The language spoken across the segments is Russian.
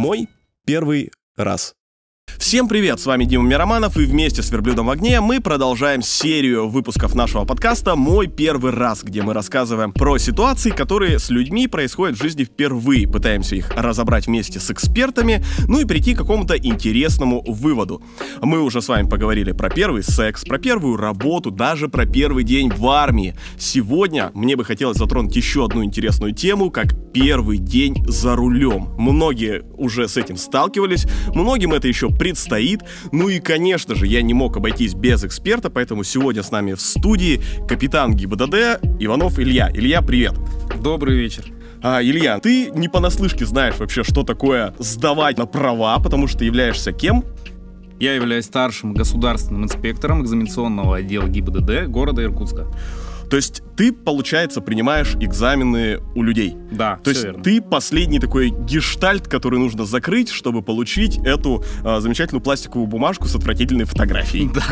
Мой первый раз. Всем привет, с вами Дима Мироманов, и вместе с Верблюдом в огне мы продолжаем серию выпусков нашего подкаста «Мой первый раз», где мы рассказываем про ситуации, которые с людьми происходят в жизни впервые, пытаемся их разобрать вместе с экспертами, ну и прийти к какому-то интересному выводу. Мы уже с вами поговорили про первый секс, про первую работу, даже про первый день в армии. Сегодня мне бы хотелось затронуть еще одну интересную тему, как первый день за рулем. Многие уже с этим сталкивались, многим это еще предстоит. Ну и, конечно же, я не мог обойтись без эксперта, поэтому сегодня с нами в студии капитан ГИБДД Иванов Илья. Илья, привет. Добрый вечер. Илья, ты не понаслышке знаешь вообще, что такое сдавать на права, потому что ты являешься кем? Я являюсь старшим государственным инспектором экзаменационного отдела ГИБДД города Иркутска. То есть ты, получается, принимаешь экзамены у людей. Да, То есть верно. ты последний такой гештальт, который нужно закрыть, чтобы получить эту замечательную пластиковую бумажку с отвратительной фотографией. Да.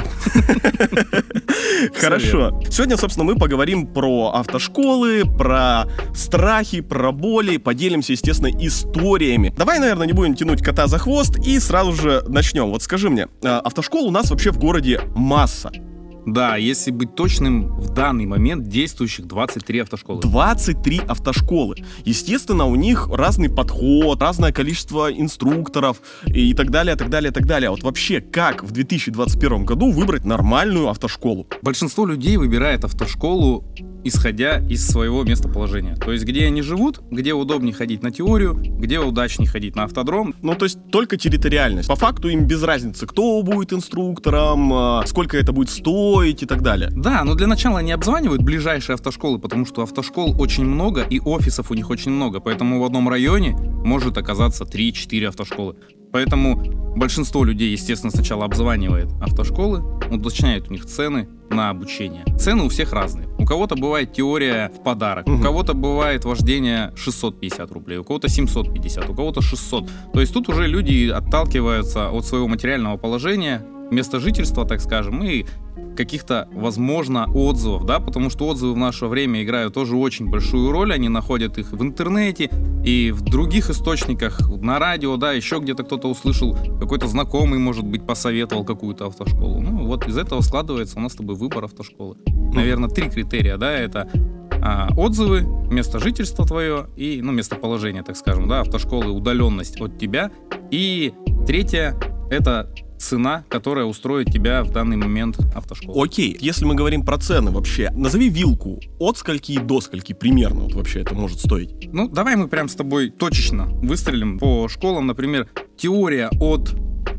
Хорошо. Сегодня, собственно, мы поговорим про автошколы, про страхи, про боли, поделимся, естественно, историями. Давай, наверное, не будем тянуть кота за хвост и сразу же начнем. Вот скажи мне, автошкол у нас вообще в городе масса. Да, если быть точным, в данный момент действующих 23 автошколы. 23 автошколы. Естественно, у них разный подход, разное количество инструкторов и так далее, так далее, так далее. Вот вообще, как в 2021 году выбрать нормальную автошколу? Большинство людей выбирает автошколу, исходя из своего местоположения. То есть, где они живут, где удобнее ходить на теорию, где удачнее ходить на автодром. Ну, то есть, только территориальность. По факту им без разницы, кто будет инструктором, сколько это будет стоить и так далее. Да, но для начала они обзванивают ближайшие автошколы, потому что автошкол очень много, и офисов у них очень много. Поэтому в одном районе может оказаться 3-4 автошколы. Поэтому большинство людей, естественно, сначала обзванивает автошколы, уточняет у них цены на обучение. Цены у всех разные. У кого-то бывает теория в подарок, у кого-то бывает вождение 650 рублей, у кого-то 750, у кого-то 600. То есть тут уже люди отталкиваются от своего материального положения, места жительства, так скажем, и каких-то, возможно, отзывов, да, потому что отзывы в наше время играют тоже очень большую роль, они находят их в интернете и в других источниках, на радио, да, еще где-то кто-то услышал, какой-то знакомый, может быть, посоветовал какую-то автошколу. Ну, вот из этого складывается у нас с тобой выбор автошколы. Наверное, 3 критерия, да, это отзывы, место жительства твое и, местоположение, так скажем, да, автошколы, удаленность от тебя. И третье — это цена, которая устроит тебя в данный момент автошкола. Окей, если мы говорим про цены вообще, назови вилку, от скольки до скольки примерно вот вообще это может стоить? Ну, давай мы прям с тобой точечно выстрелим по школам. Например, теория от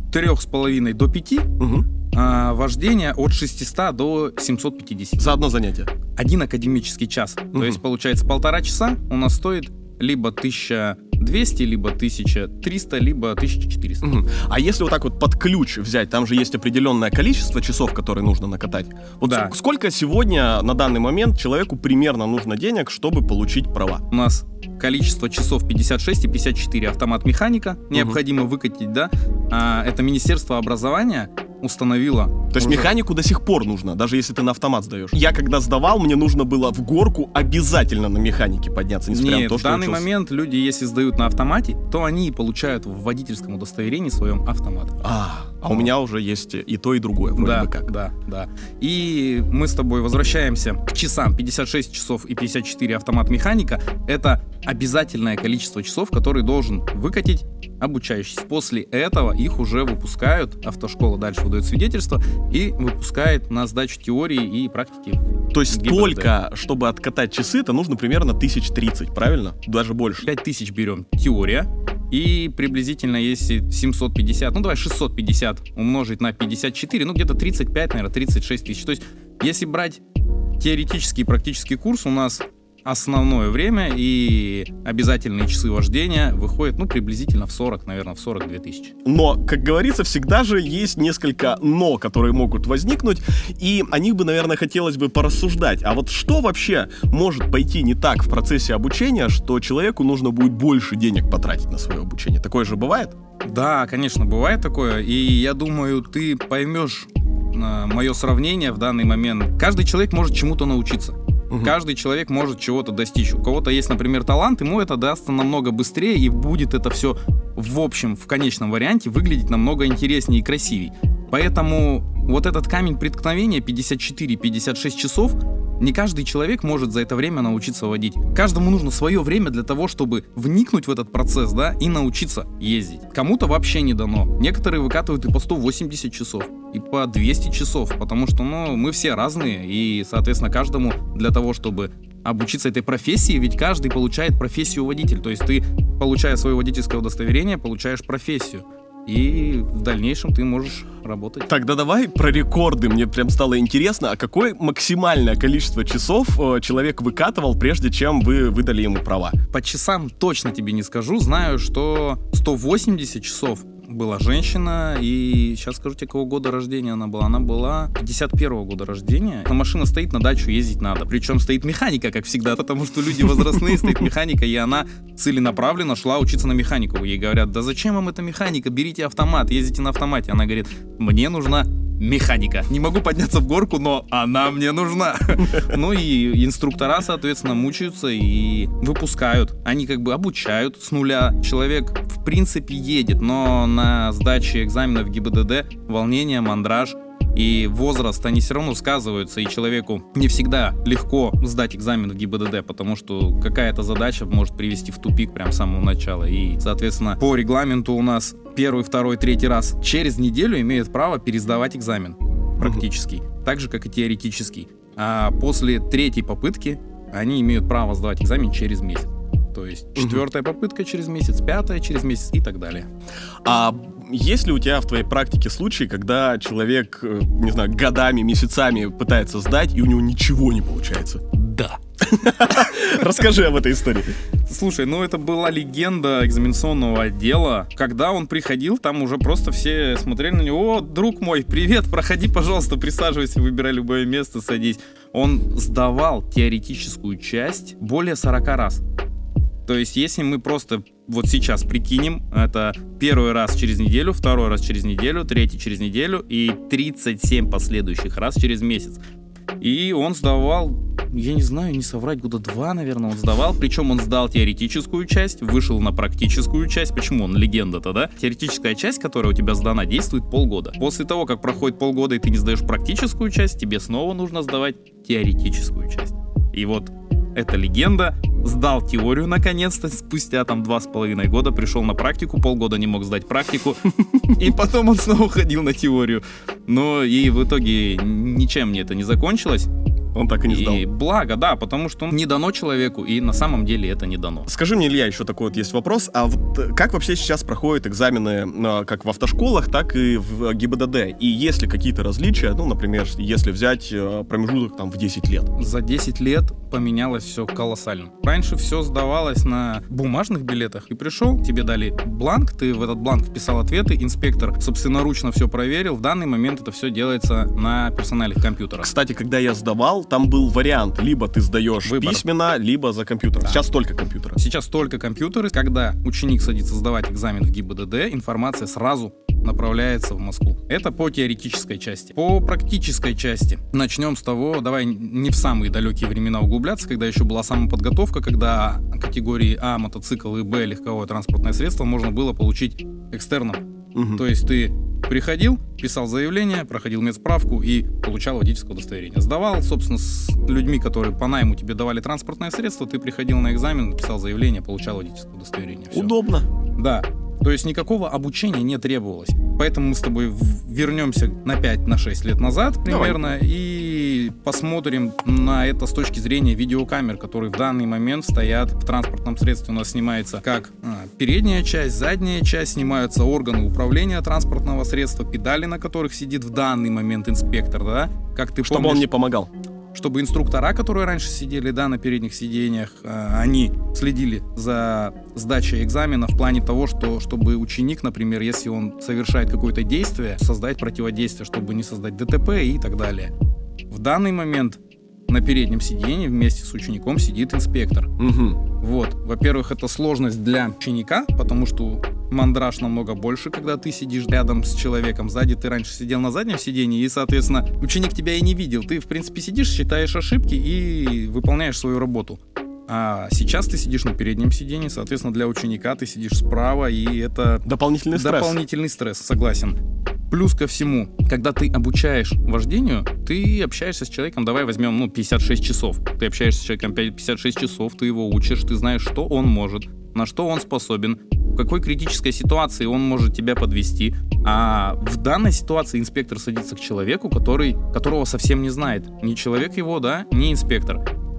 3,5 до 5, вождение от 600 до 750. За одно занятие? Один академический час. То есть, получается, 1,5 часа у нас стоит либо 1200, либо 1300, либо 1400. А если вот так вот под ключ взять, там же есть определенное количество часов, которые нужно накатать. Вот да. Сколько сегодня на данный момент человеку примерно нужно денег, чтобы получить права? У нас количество часов 56 и 54. Автомат-механика необходимо выкатить, да. Это Министерство образования установило. То есть механику до сих пор нужно, даже если ты на автомат сдаешь. Я когда сдавал, мне нужно было в горку обязательно на механике подняться, несмотря на то, что в данный момент люди, если сдают на автомате, то они получают в водительском удостоверении своем автомат. А у меня уже есть и то, и другое, вроде бы как. Да. И мы с тобой возвращаемся к часам. 56 часов и 54 автомат-механика — это обязательное количество часов, которые должен выкатить обучающийся. После этого их уже выпускают, автошкола дальше выдает свидетельство и выпускает на сдачу теории и практики. То есть только, чтобы откатать часы, это нужно примерно 1030, правильно? Даже больше. 5000 берем теория, и приблизительно, если 750, давай 650 умножить на 54, где-то 35, наверное, 36 тысяч. То есть, если брать теоретический и практический курс, у нас основное время и обязательные часы вождения выходят, приблизительно в 42 тысячи. Но, как говорится, всегда же есть несколько «но», которые могут возникнуть, и о них бы, наверное, хотелось бы порассуждать. А вот что вообще может пойти не так в процессе обучения, что человеку нужно будет больше денег потратить на свое обучение? Такое же бывает? Да, конечно, бывает такое, и я думаю, ты поймешь мое сравнение в данный момент. Каждый человек может чему-то научиться. Каждый человек может чего-то достичь. У кого-то есть, например, талант, ему это дастся намного быстрее, и будет это все в общем, в конечном варианте выглядеть намного интереснее и красивее. Поэтому вот этот камень преткновения 54-56 часов, не каждый человек может за это время научиться водить. Каждому нужно свое время для того, чтобы вникнуть в этот процесс, да, и научиться ездить. Кому-то вообще не дано. Некоторые выкатывают и по 180 часов, и по 200 часов, потому что, мы все разные, и, соответственно, каждому для того, чтобы обучиться этой профессии, ведь каждый получает профессию водитель. То есть ты, получая свое водительское удостоверение, получаешь профессию. И в дальнейшем ты можешь работать. Тогда давай про рекорды. Мне прям стало интересно, а какое максимальное количество часов человек выкатывал, прежде чем вы выдали ему права? По часам точно тебе не скажу. Знаю, что 180 часов была женщина, и сейчас скажу тебе, какого года рождения она была. Она была 51-го года рождения. Машина стоит, на дачу ездить надо. Причем стоит механика, как всегда, потому что люди возрастные, стоит механика, и она целенаправленно шла учиться на механику. Ей говорят: да зачем вам эта механика, берите автомат, ездите на автомате. Она говорит: мне нужна механика. Не могу подняться в горку, но она мне нужна. Ну и инструктора, соответственно, мучаются и выпускают. Они как бы обучают с нуля. Человек, в принципе, едет, но на сдаче экзаменов ГИБДД волнение, мандраж и возраст, они все равно сказываются, и человеку не всегда легко сдать экзамен в ГИБДД, потому что какая-то задача может привести в тупик прям с самого начала. И, соответственно, по регламенту у нас первый, второй, третий раз через неделю имеют право пересдавать экзамен практический, так же, как и теоретический. А после третьей попытки они имеют право сдавать экзамен через месяц. То есть четвертая попытка через месяц, пятая через месяц и так далее. А есть ли у тебя в твоей практике случаи, когда человек, не знаю, годами, месяцами пытается сдать, и у него ничего не получается? Да. Расскажи об этой истории. Слушай, это была легенда экзаменационного отдела. Когда он приходил, там уже просто все смотрели на него: о, друг мой, привет, проходи, пожалуйста, присаживайся, выбирай любое место, садись. Он сдавал теоретическую часть более 40 раз. То есть, если мы просто вот сейчас прикинем, это первый раз через неделю, второй раз через неделю, третий через неделю и 37 последующих раз через месяц. И он сдавал, я не знаю, не соврать, года 2, наверное, он сдавал. Причем он сдал теоретическую часть, вышел на практическую часть. Почему он легенда-то, да? Теоретическая часть, которая у тебя сдана, действует полгода. После того, как проходит полгода и ты не сдаешь практическую часть, тебе снова нужно сдавать теоретическую часть. И вот эта легенда сдал теорию наконец-то, спустя 2,5 года пришел на практику, полгода не мог сдать практику, и потом он снова ходил на теорию. Но и в итоге ничем мне это не закончилось. Он так и не сдал. И благо, да, потому что не дано человеку, и на самом деле это не дано. Скажи мне, Илья, еще такой вот есть вопрос. А вот как вообще сейчас проходят экзамены как в автошколах, так и в ГИБДД? И есть ли какие-то различия, например, если взять промежуток в 10 лет? За 10 лет поменялось все колоссально. Раньше все сдавалось на бумажных билетах. Ты пришел, тебе дали бланк, ты в этот бланк вписал ответы, инспектор собственноручно все проверил. В данный момент это все делается на персональных компьютерах. Кстати, когда я сдавал, там был вариант: либо ты сдаешь письменно, либо за компьютером. Да. Сейчас только компьютеры. Сейчас только компьютеры. Когда ученик садится сдавать экзамен в ГИБДД, информация сразу направляется в Москву. Это по теоретической части. По практической части начнем с того, давай не в самые далекие времена углубляться, когда еще была самоподготовка, когда категории А мотоцикл и Б легковое транспортное средство можно было получить экстерном. То есть ты приходил, писал заявление, проходил медсправку и получал водительское удостоверение. Сдавал, собственно, с людьми, которые по найму тебе давали транспортное средство, ты приходил на экзамен, писал заявление, получал водительское удостоверение. Все. Удобно. Да. То есть никакого обучения не требовалось. Поэтому мы с тобой вернемся на 5-6 лет назад примерно. Давай. И посмотрим на это с точки зрения видеокамер, которые в данный момент стоят в транспортном средстве. У нас снимается как передняя часть, задняя часть, снимаются органы управления транспортного средства, педали, на которых сидит в данный момент инспектор, да? Как ты Чтобы помнишь, он не помогал. Чтобы инструктора, которые раньше сидели, да, на передних сиденьях, они следили за сдачей экзамена в плане того, что чтобы ученик, например, если он совершает какое-то действие, создать противодействие, чтобы не создать ДТП и так далее. В данный момент на переднем сиденье вместе с учеником сидит инспектор. Вот. Во-первых, это сложность для ученика, потому что мандраж намного больше, когда ты сидишь рядом с человеком. Сзади ты раньше сидел на заднем сиденье, и, соответственно, ученик тебя и не видел. Ты, в принципе, сидишь, считаешь ошибки и выполняешь свою работу. А сейчас ты сидишь на переднем сиденье, соответственно, для ученика ты сидишь справа, и это... Дополнительный стресс. Дополнительный стресс, согласен. Плюс ко всему, когда ты обучаешь вождению, ты общаешься с человеком, давай возьмем, 56 часов. Ты общаешься с человеком 56 часов, ты его учишь, ты знаешь, что он может, на что он способен, в какой критической ситуации он может тебя подвести. А в данной ситуации инспектор садится к человеку, которого совсем не знает. Ни человек его, да, ни инспектор.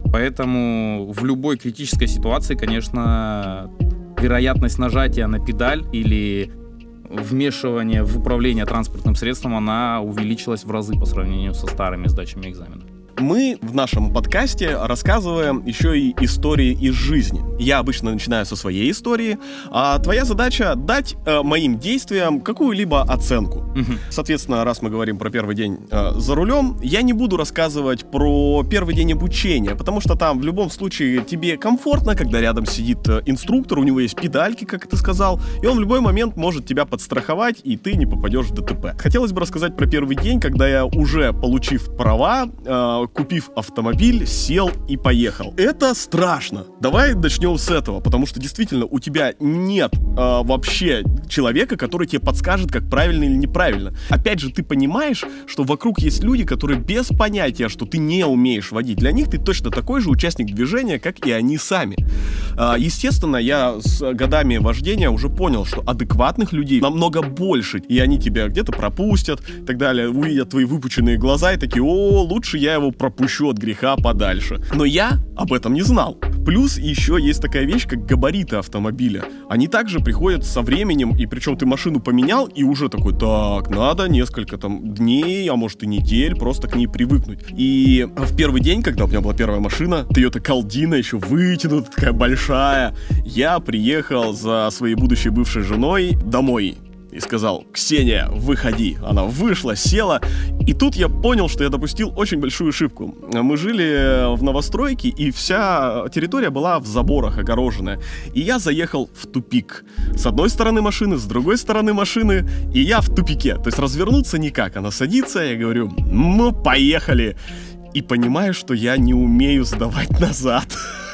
Поэтому в любой критической ситуации, конечно, вероятность нажатия на педаль или вмешивания в управление транспортным средством, она увеличилась в разы по сравнению со старыми сдачами экзаменов. Мы в нашем подкасте рассказываем еще и истории из жизни. Я обычно начинаю со своей истории, а твоя задача дать моим действиям какую-либо оценку. Соответственно, раз мы говорим про первый день за рулем, я не буду рассказывать про первый день обучения, потому что там в любом случае тебе комфортно, когда рядом сидит инструктор, у него есть педальки, как ты сказал, и он в любой момент может тебя подстраховать, и ты не попадешь в ДТП. Хотелось бы рассказать про первый день, когда я, уже получив права, купив автомобиль, сел и поехал. Это страшно. Давай начнем с этого, потому что действительно у тебя нет вообще человека, который тебе подскажет, как правильно или неправильно. Опять же, ты понимаешь, что вокруг есть люди, которые без понятия, что ты не умеешь водить. Для них ты точно такой же участник движения, как и они сами. Естественно, я с годами вождения уже понял, что адекватных людей намного больше, и они тебя где-то пропустят и так далее, увидят твои выпученные глаза и такие: о, лучше я его пропущу от греха подальше. Но я об этом не знал. Плюс еще есть такая вещь, как габариты автомобиля. Они также приходят со временем, и причем ты машину поменял, и уже такой: так, надо несколько там дней, а может и недель, просто к ней привыкнуть. И в первый день, когда у меня была первая машина, Toyota Caldina, еще вытянутая, такая большая, я приехал за своей будущей бывшей женой домой и сказал: Ксения, выходи. Она вышла, села, и тут я понял, что я допустил очень большую ошибку. Мы жили в новостройке, и вся территория была в заборах огороженная. И я заехал в тупик. С одной стороны машины, с другой стороны машины, и я в тупике. То есть развернуться никак. Она садится, я говорю: ну, поехали. И понимаю, что я не умею сдавать назад.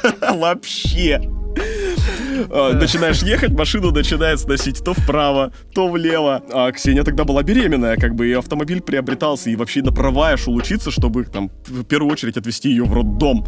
Вообще. Начинаешь ехать, машину начинает сносить то вправо, то влево. А Ксения тогда была беременная, и автомобиль приобретался, и вообще на права я шел учиться, чтобы там в первую очередь отвезти ее в роддом.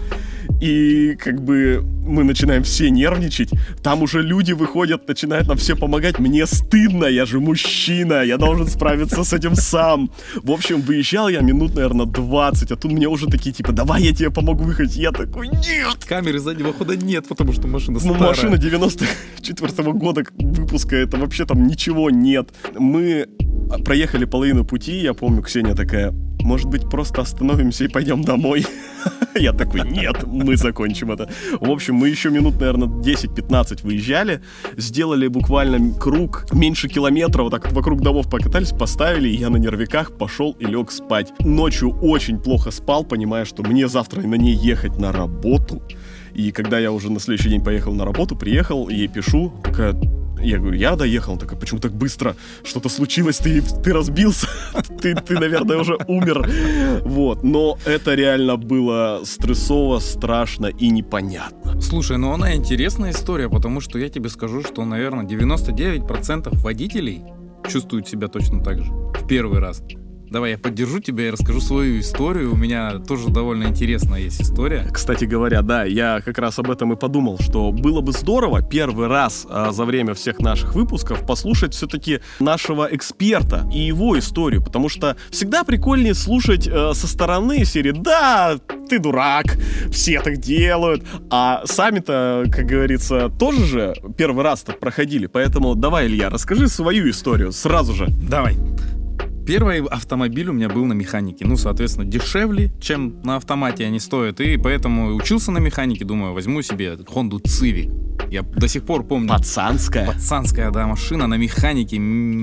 И мы начинаем все нервничать. Там уже люди выходят, начинают нам все помогать. Мне стыдно, я же мужчина, я должен справиться с этим сам. В общем, выезжал я минут, наверное, 20, а тут мне уже такие, типа: давай я тебе помогу выехать. Я такой: нет! Камеры заднего хода нет, потому что машина старая. Машина 94-го года выпуска, это вообще там ничего нет. Мы проехали половину пути, я помню, Ксения такая: может быть, просто остановимся и пойдем домой? Я такой: нет, мы закончим это. В общем, мы еще минут, наверное, 10-15 выезжали, сделали буквально круг меньше километра, вот так вот вокруг домов покатались, поставили, и я на нервиках пошел и лег спать. Ночью очень плохо спал, понимая, что мне завтра на ней ехать на работу. И когда я уже на следующий день поехал на работу, приехал, ей пишу, такая: я говорю: я доехал. Такая: почему так быстро? Что-то случилось? Ты разбился? Ты, наверное, уже умер. Вот. Но это реально было стрессово, страшно и непонятно. Слушай, она интересная история, потому что я тебе скажу, что, наверное, 99% водителей чувствуют себя точно так же в первый раз. Давай я поддержу тебя и расскажу свою историю. У меня тоже довольно интересная есть история. Кстати говоря, да, я как раз об этом и подумал, что было бы здорово первый раз за время всех наших выпусков послушать все-таки нашего эксперта и его историю, потому что всегда прикольнее слушать со стороны серии: да, ты дурак, все так делают, а сами-то, как говорится, тоже же первый раз так проходили. Поэтому давай, Илья, расскажи свою историю сразу же. Давай. Первый автомобиль у меня был на механике. Соответственно, дешевле, чем на автомате они стоят. И поэтому учился на механике. Думаю, возьму себе Honda Civic. Я до сих пор помню. Пацанская, да, машина на механике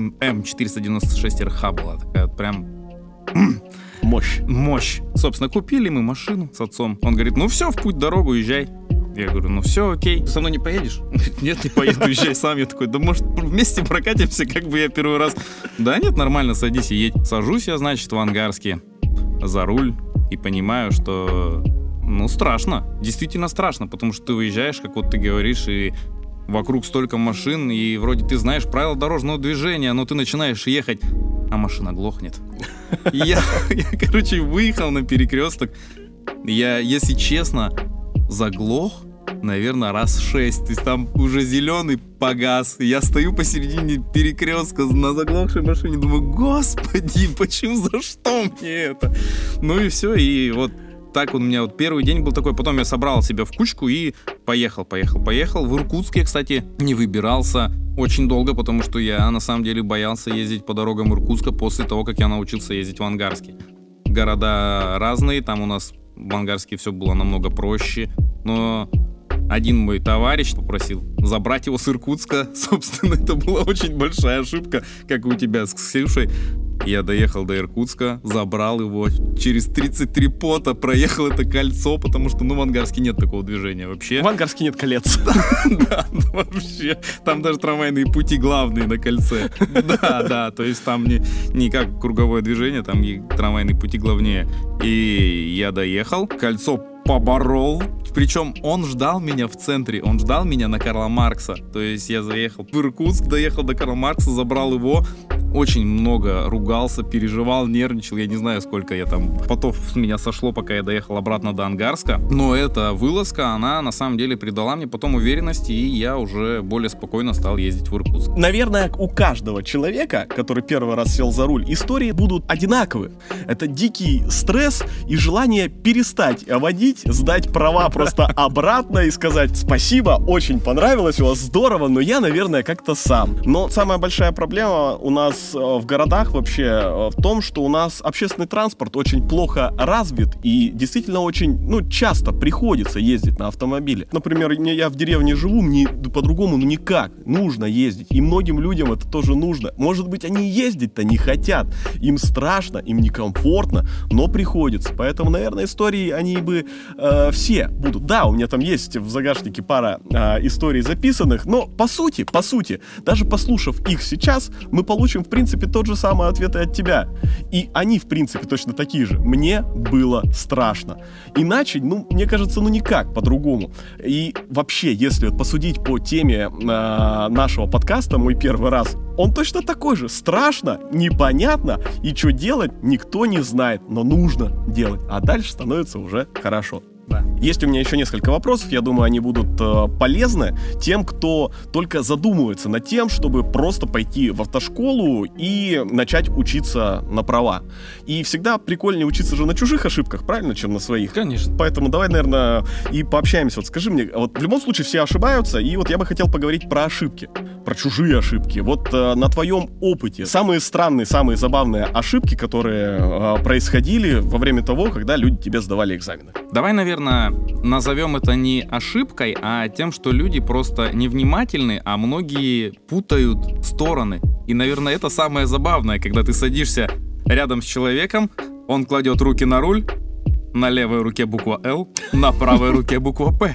М496RH была. Такая прям... Мощь. Собственно, купили мы машину с отцом. Он говорит: ну все, в путь, дорогу, езжай. Я говорю: ну все, окей. Ты со мной не поедешь? Нет, не поеду, езжай сам. Я такой: да может вместе прокатимся, я первый раз. Да нет, нормально, садись и едь. Сажусь я, значит, в Ангарске за руль и понимаю, что Ну, страшно. Действительно страшно, потому что ты выезжаешь, как вот ты говоришь, и вокруг столько машин, и вроде ты знаешь правила дорожного движения, но ты начинаешь ехать, а машина глохнет. Я, короче, выехал на перекресток. Я, если честно, заглох, наверное, раз 6. То есть там уже зеленый погас. Я стою посередине перекрестка на заглохшей машине, думаю, господи, почему, за что мне это? Ну и все, и вот так у меня вот первый день был такой, потом я собрал себя в кучку и поехал. В Иркутск я, кстати, не выбирался очень долго, потому что я на самом деле боялся ездить по дорогам Иркутска после того, как я научился ездить в Ангарске. Города разные, там у нас в Ангарске все было намного проще, но один мой товарищ попросил забрать его с Иркутска. Собственно, это была очень большая ошибка, как у тебя с Ксюшей. Я доехал до Иркутска, забрал его, через 33 пота проехал это кольцо, потому что, в Ангарске нет такого движения вообще. В Ангарске нет колец. Да, вообще. Там даже трамвайные пути главные на кольце. Да, то есть там не как круговое движение, там и трамвайные пути главнее. И я доехал, кольцо поборол. Причем он ждал меня в центре, он ждал меня на Карла Маркса. То есть я заехал в Иркутск, доехал до Карла Маркса, забрал его. Очень много ругался, переживал, нервничал. Я не знаю, сколько я там потов с меня сошло, пока я доехал обратно до Ангарска. Но эта вылазка, она на самом деле придала мне потом уверенности, и я уже более спокойно стал ездить в Иркутск. Наверное, у каждого человека, который первый раз сел за руль, истории будут одинаковы. Это дикий стресс и желание перестать водить, сдать права просто обратно и сказать: спасибо, очень понравилось, у вас здорово, но я, наверное, как-то сам. Но самая большая проблема у нас в городах вообще в том, что у нас общественный транспорт очень плохо развит и действительно очень, часто приходится ездить на автомобиле. Например, я в деревне живу, мне по-другому никак. Нужно ездить. И многим людям это тоже нужно. Может быть, они ездить-то не хотят. Им страшно, им некомфортно, но приходится. Поэтому, наверное, истории, они бы все будут. Да, у меня там есть в загашнике пара историй записанных, но по сути, даже послушав их сейчас, мы получим, в принципе, тот же самый ответ и от тебя. И они, в принципе, точно такие же. Мне было страшно. Иначе, мне кажется, никак по-другому. И вообще, если посудить по теме нашего подкаста «Мой первый раз», он точно такой же. Страшно, непонятно, и что делать, никто не знает, но нужно делать. А дальше становится уже хорошо. Да. Есть у меня еще несколько вопросов, я думаю, они будут полезны тем, кто только задумывается над тем, чтобы просто пойти в автошколу и начать учиться на права. И всегда прикольнее учиться же на чужих ошибках, правильно, чем на своих? Конечно. Поэтому давай, наверное, и пообщаемся. Вот скажи мне, вот в любом случае все ошибаются, и вот я бы хотел поговорить про ошибки, про чужие ошибки. Вот на твоем опыте самые странные, самые забавные ошибки, которые происходили во время того, когда люди тебе сдавали экзамены. Давай, наверное, назовем это не ошибкой, а тем, что люди просто невнимательны, а многие путают стороны. И, наверное, это самое забавное, когда ты садишься рядом с человеком, он кладет руки на руль, на левой руке буква «Л», на правой руке буква «П».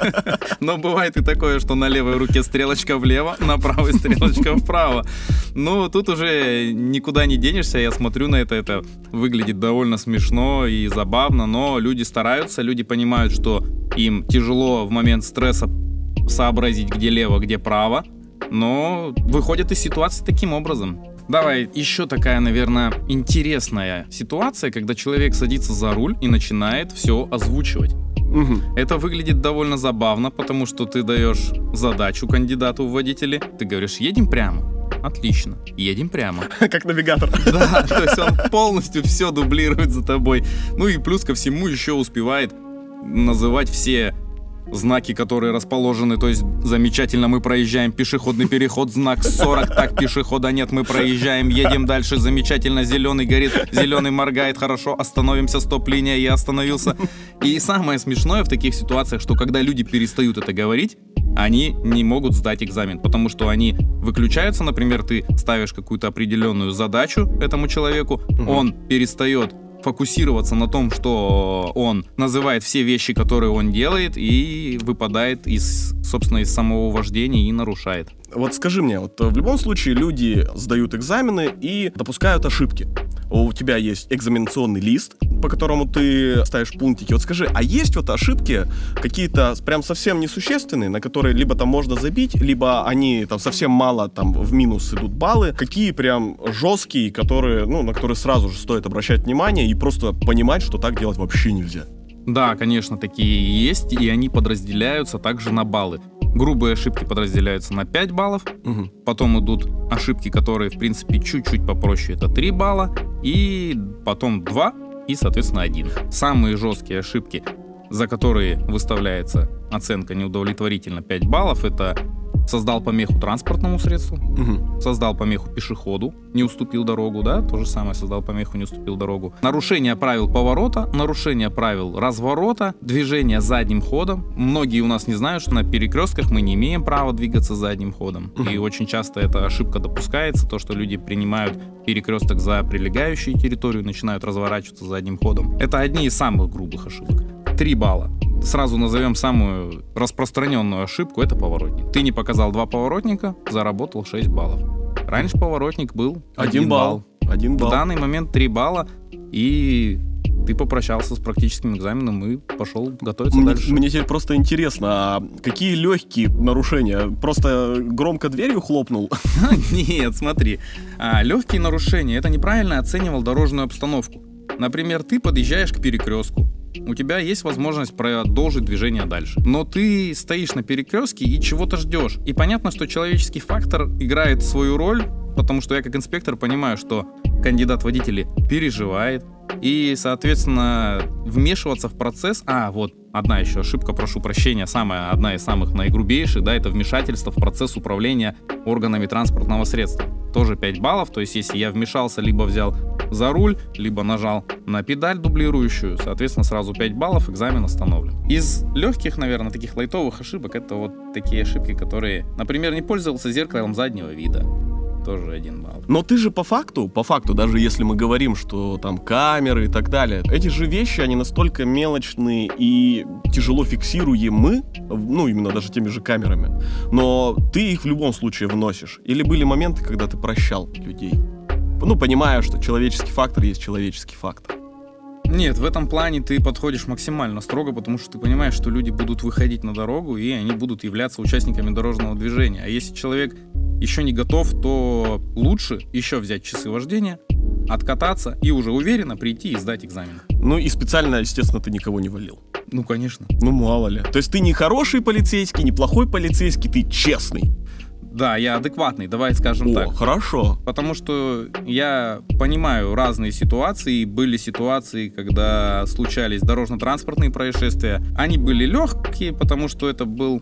Но бывает и такое, что на левой руке стрелочка влево, на правой стрелочка вправо. Ну, тут уже никуда не денешься, я смотрю на это выглядит довольно смешно и забавно, но люди стараются, люди понимают, что им тяжело в момент стресса сообразить, где лево, где право, но выходят из ситуации таким образом. Давай, еще такая, наверное, интересная ситуация, когда человек садится за руль и начинает все озвучивать. Угу. Это выглядит довольно забавно, потому что ты даешь задачу кандидату в водители, ты говоришь: едем прямо. Отлично, едем прямо. Как навигатор. Да, то есть он полностью все дублирует за тобой. Ну и плюс ко всему еще успевает называть все знаки, которые расположены, то есть замечательно, мы проезжаем пешеходный переход, знак 40, так, пешехода нет, мы проезжаем, едем дальше, замечательно, зеленый горит, зеленый моргает, хорошо, остановимся, стоп-линия, я остановился. И самое смешное в таких ситуациях, что когда люди перестают это говорить, они не могут сдать экзамен, потому что они выключаются, например, ты ставишь какую-то определенную задачу этому человеку, он перестает фокусироваться на том, что он называет все вещи, которые он делает, и выпадает из самого вождения и нарушает. Вот скажи мне, вот в любом случае люди сдают экзамены и допускают ошибки. у тебя есть экзаменационный лист, по которому ты ставишь пунктики. Вот скажи, а есть вот ошибки какие-то прям совсем несущественные, на которые либо там можно забить, либо они там совсем мало там в минус идут баллы? Какие прям жесткие, которые, на которые сразу же стоит обращать внимание и просто понимать, что так делать вообще нельзя? Да, конечно, такие есть, и они подразделяются также на баллы. Грубые ошибки подразделяются на 5 баллов, потом идут ошибки, которые, в принципе, чуть-чуть попроще, это 3 балла, и потом 2, и, соответственно, 1. Самые жесткие ошибки, за которые выставляется оценка неудовлетворительно 5 баллов, это создал помеху транспортному средству, создал помеху пешеходу, не уступил дорогу, да, то же самое, создал помеху, не уступил дорогу. Нарушение правил поворота, нарушение правил разворота, движение задним ходом. Многие у нас не знают, что на перекрестках мы не имеем права двигаться задним ходом. И очень часто эта ошибка допускается, то, что люди принимают перекресток за прилегающую территорию, начинают разворачиваться задним ходом. Это одни из самых грубых ошибок. 3 балла. Сразу назовем самую распространенную ошибку, это поворотник. Ты не показал 2 поворотника, заработал 6 баллов. Раньше поворотник был 1 балл. 1 балл. В данный момент 3 балла, и ты попрощался с практическим экзаменом и пошел готовиться дальше. Мне теперь просто интересно, а какие легкие нарушения? Просто громко дверью хлопнул? Нет, смотри. Легкие нарушения — это неправильно оценивал дорожную обстановку. Например, ты подъезжаешь к перекрестку, у тебя есть возможность продолжить движение дальше. Но ты стоишь на перекрестке и чего-то ждешь. И понятно, что человеческий фактор играет свою роль, потому что я как инспектор понимаю, что кандидат водитель переживает. И, соответственно, вмешиваться в процесс... вот одна еще ошибка, прошу прощения, одна из самых наигрубейших, да, это вмешательство в процесс управления органами транспортного средства. Тоже 5 баллов, то есть если я вмешался, либо взял за руль, либо нажал на педаль дублирующую, соответственно, сразу 5 баллов, экзамен остановлен. Из легких, наверное, таких лайтовых ошибок, это вот такие ошибки, которые, например, не пользовался зеркалом заднего вида. Тоже 1 балл. Но ты же по факту, даже если мы говорим, что там камеры и так далее, эти же вещи, они настолько мелочные и тяжело фиксируемы, именно даже теми же камерами, но ты их в любом случае вносишь. Или были моменты, когда ты прощал людей? Понимая, что человеческий фактор есть человеческий фактор. Нет, в этом плане ты подходишь максимально строго, потому что ты понимаешь, что люди будут выходить на дорогу, и они будут являться участниками дорожного движения. А если человек еще не готов, то лучше еще взять часы вождения, откататься и уже уверенно прийти и сдать экзамен. И специально, естественно, ты никого не валил. Конечно. Мало ли. То есть ты не хороший полицейский, не плохой полицейский, ты честный. Да, я адекватный, давай скажем так. Хорошо. Потому что я понимаю разные ситуации. И были ситуации, когда случались дорожно-транспортные происшествия. Они были легкие, потому что это было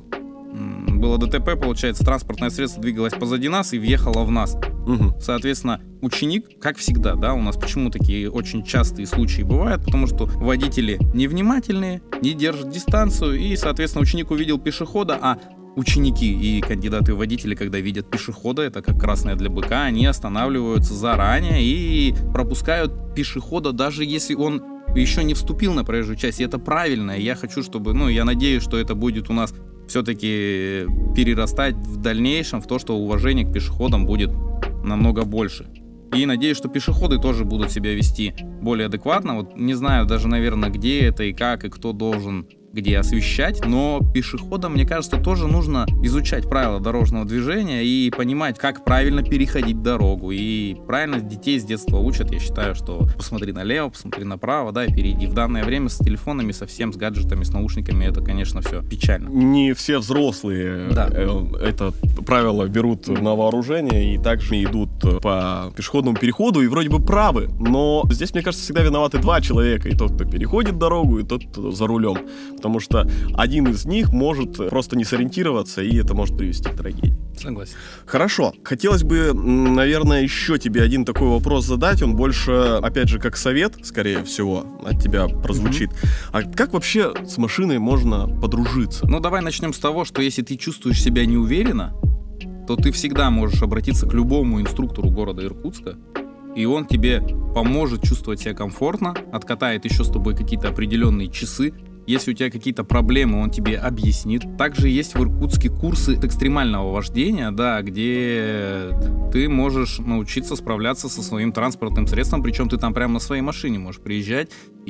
ДТП, получается, транспортное средство двигалось позади нас и въехало в нас. Соответственно, ученик, как всегда, да, у нас почему такие очень частые случаи бывают, потому что водители невнимательные, не держат дистанцию, и, соответственно, ученик увидел пешехода, а ученики и кандидаты в водители, когда видят пешехода, это как красное для быка, они останавливаются заранее и пропускают пешехода, даже если он еще не вступил на проезжую часть. И это правильно. Я хочу, чтобы, я надеюсь, что это будет у нас все-таки перерастать в дальнейшем в то, что уважение к пешеходам будет намного больше. И надеюсь, что пешеходы тоже будут себя вести более адекватно. Не знаю даже, наверное, где это и как, и кто должен где освещать, но пешеходам, мне кажется, тоже нужно изучать правила дорожного движения и понимать, как правильно переходить дорогу. И правильно детей с детства учат, я считаю, что посмотри налево, посмотри направо, да, и перейди. В данное время с телефонами, совсем с гаджетами, с наушниками, это, конечно, все печально. Не все взрослые это правило берут на вооружение и также идут по пешеходному переходу и вроде бы правы, но здесь, мне кажется, всегда виноваты 2 человека, и тот, кто переходит дорогу, и тот, кто за рулем. Потому что один из них может просто не сориентироваться, и это может привести к трагедии. Согласен. Хорошо. Хотелось бы, наверное, еще тебе один такой вопрос задать. Он больше, опять же, как совет, скорее всего, от тебя прозвучит. А как вообще с машиной можно подружиться? Давай начнем с того, что если ты чувствуешь себя неуверенно, то ты всегда можешь обратиться к любому инструктору города Иркутска, и он тебе поможет чувствовать себя комфортно, откатает еще с тобой какие-то определенные часы, Если у тебя какие-то проблемы, он тебе объяснит. Также есть в Иркутске курсы экстремального вождения, да, где ты можешь научиться справляться со своим транспортным средством, причем ты там прямо на своей машине можешь приезжать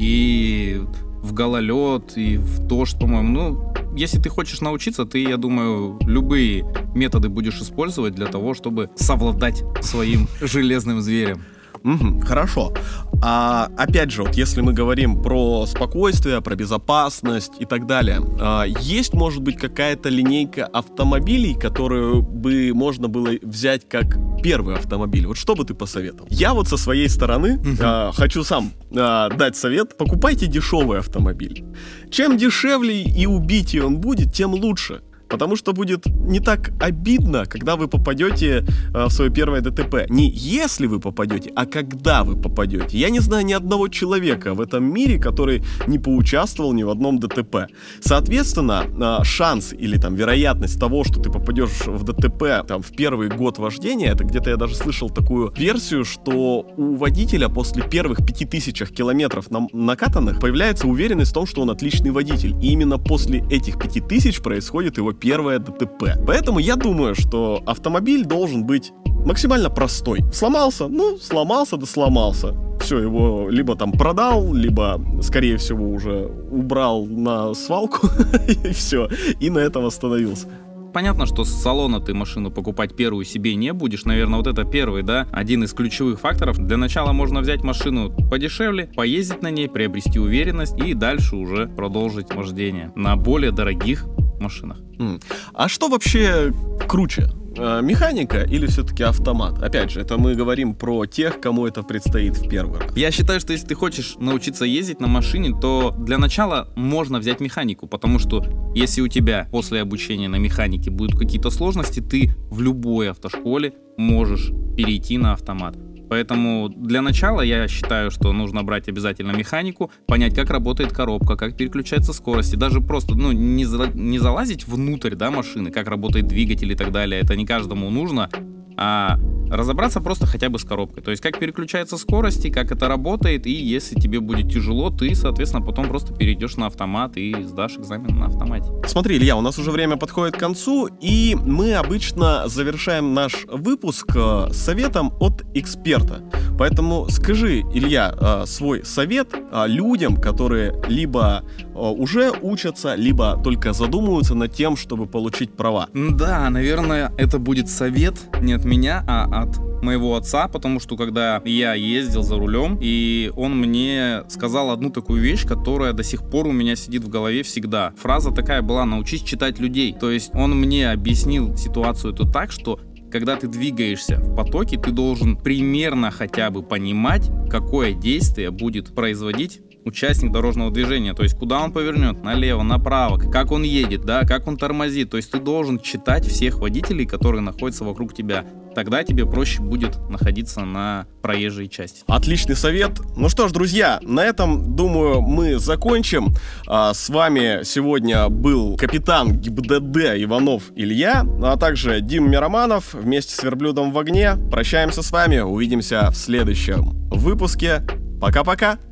и в гололед, и в дождь, по-моему. Если ты хочешь научиться, ты, я думаю, любые методы будешь использовать для того, чтобы совладать своим железным зверем. Хорошо. А опять же, вот если мы говорим про спокойствие, про безопасность и так далее, есть, может быть, какая-то линейка автомобилей, которую бы можно было взять как первый автомобиль? Вот что бы ты посоветовал? Я вот со своей стороны хочу сам дать совет. Покупайте дешевый автомобиль. Чем дешевле и убитый он будет, тем лучше. Потому что будет не так обидно, когда вы попадете в свое первое ДТП. Не если вы попадете, а когда вы попадете. Я не знаю ни одного человека в этом мире, который не поучаствовал ни в одном ДТП. Соответственно, шанс или там вероятность того, что ты попадешь в ДТП там, в первый год вождения, это где-то я даже слышал такую версию, что у водителя после первых 5000 километров накатанных появляется уверенность в том, что он отличный водитель. И именно после этих 5000 происходит его первое ДТП. Поэтому я думаю, что автомобиль должен быть максимально простой. Сломался? Ну, сломался, да сломался. Все, его либо там продал, либо, скорее всего, уже убрал на свалку, и все. И на этом остановился. Понятно, что с салона ты машину покупать первую себе не будешь. Наверное, вот это первый, да, один из ключевых факторов. Для начала можно взять машину подешевле, поездить на ней, приобрести уверенность и дальше уже продолжить вождение на более дорогих машинах. А что вообще круче? Механика или все-таки автомат? Опять же, это мы говорим про тех, кому это предстоит в первый раз. Я считаю, что если ты хочешь научиться ездить на машине, то для начала можно взять механику, потому что если у тебя после обучения на механике будут какие-то сложности, ты в любой автошколе можешь перейти на автомат. Поэтому для начала я считаю, что нужно брать обязательно механику, понять, как работает коробка, как переключаются скорости, даже просто не залазить внутрь, да, машины, как работает двигатель и так далее, это не каждому нужно, а разобраться просто хотя бы с коробкой, то есть как переключаются скорости, как это работает, и если тебе будет тяжело, ты, соответственно, потом просто перейдешь на автомат и сдашь экзамен на автомате. Смотри, Илья, у нас уже время подходит к концу, и мы обычно завершаем наш выпуск советом от эксперта. Поэтому скажи, Илья, свой совет людям, которые либо уже учатся, либо только задумываются над тем, чтобы получить права. Да, наверное, это будет совет не от меня, а от моего отца, потому что когда я ездил за рулем, и он мне сказал одну такую вещь, которая до сих пор у меня сидит в голове всегда. Фраза такая была: научись читать людей. То есть он мне объяснил ситуацию эту так, что когда ты двигаешься в потоке, ты должен примерно хотя бы понимать, какое действие будет производить участник дорожного движения, то есть куда он повернет, налево, направо, как он едет, да, как он тормозит, то есть ты должен читать всех водителей, которые находятся вокруг тебя. Тогда тебе проще будет находиться на проезжей части. Отличный совет. Ну что ж, друзья, на этом, думаю, мы закончим. С вами сегодня был капитан ГИБДД Иванов Илья, а также Дима Мироманов вместе с Верблюдом в огне. Прощаемся с вами, увидимся в следующем выпуске. Пока-пока!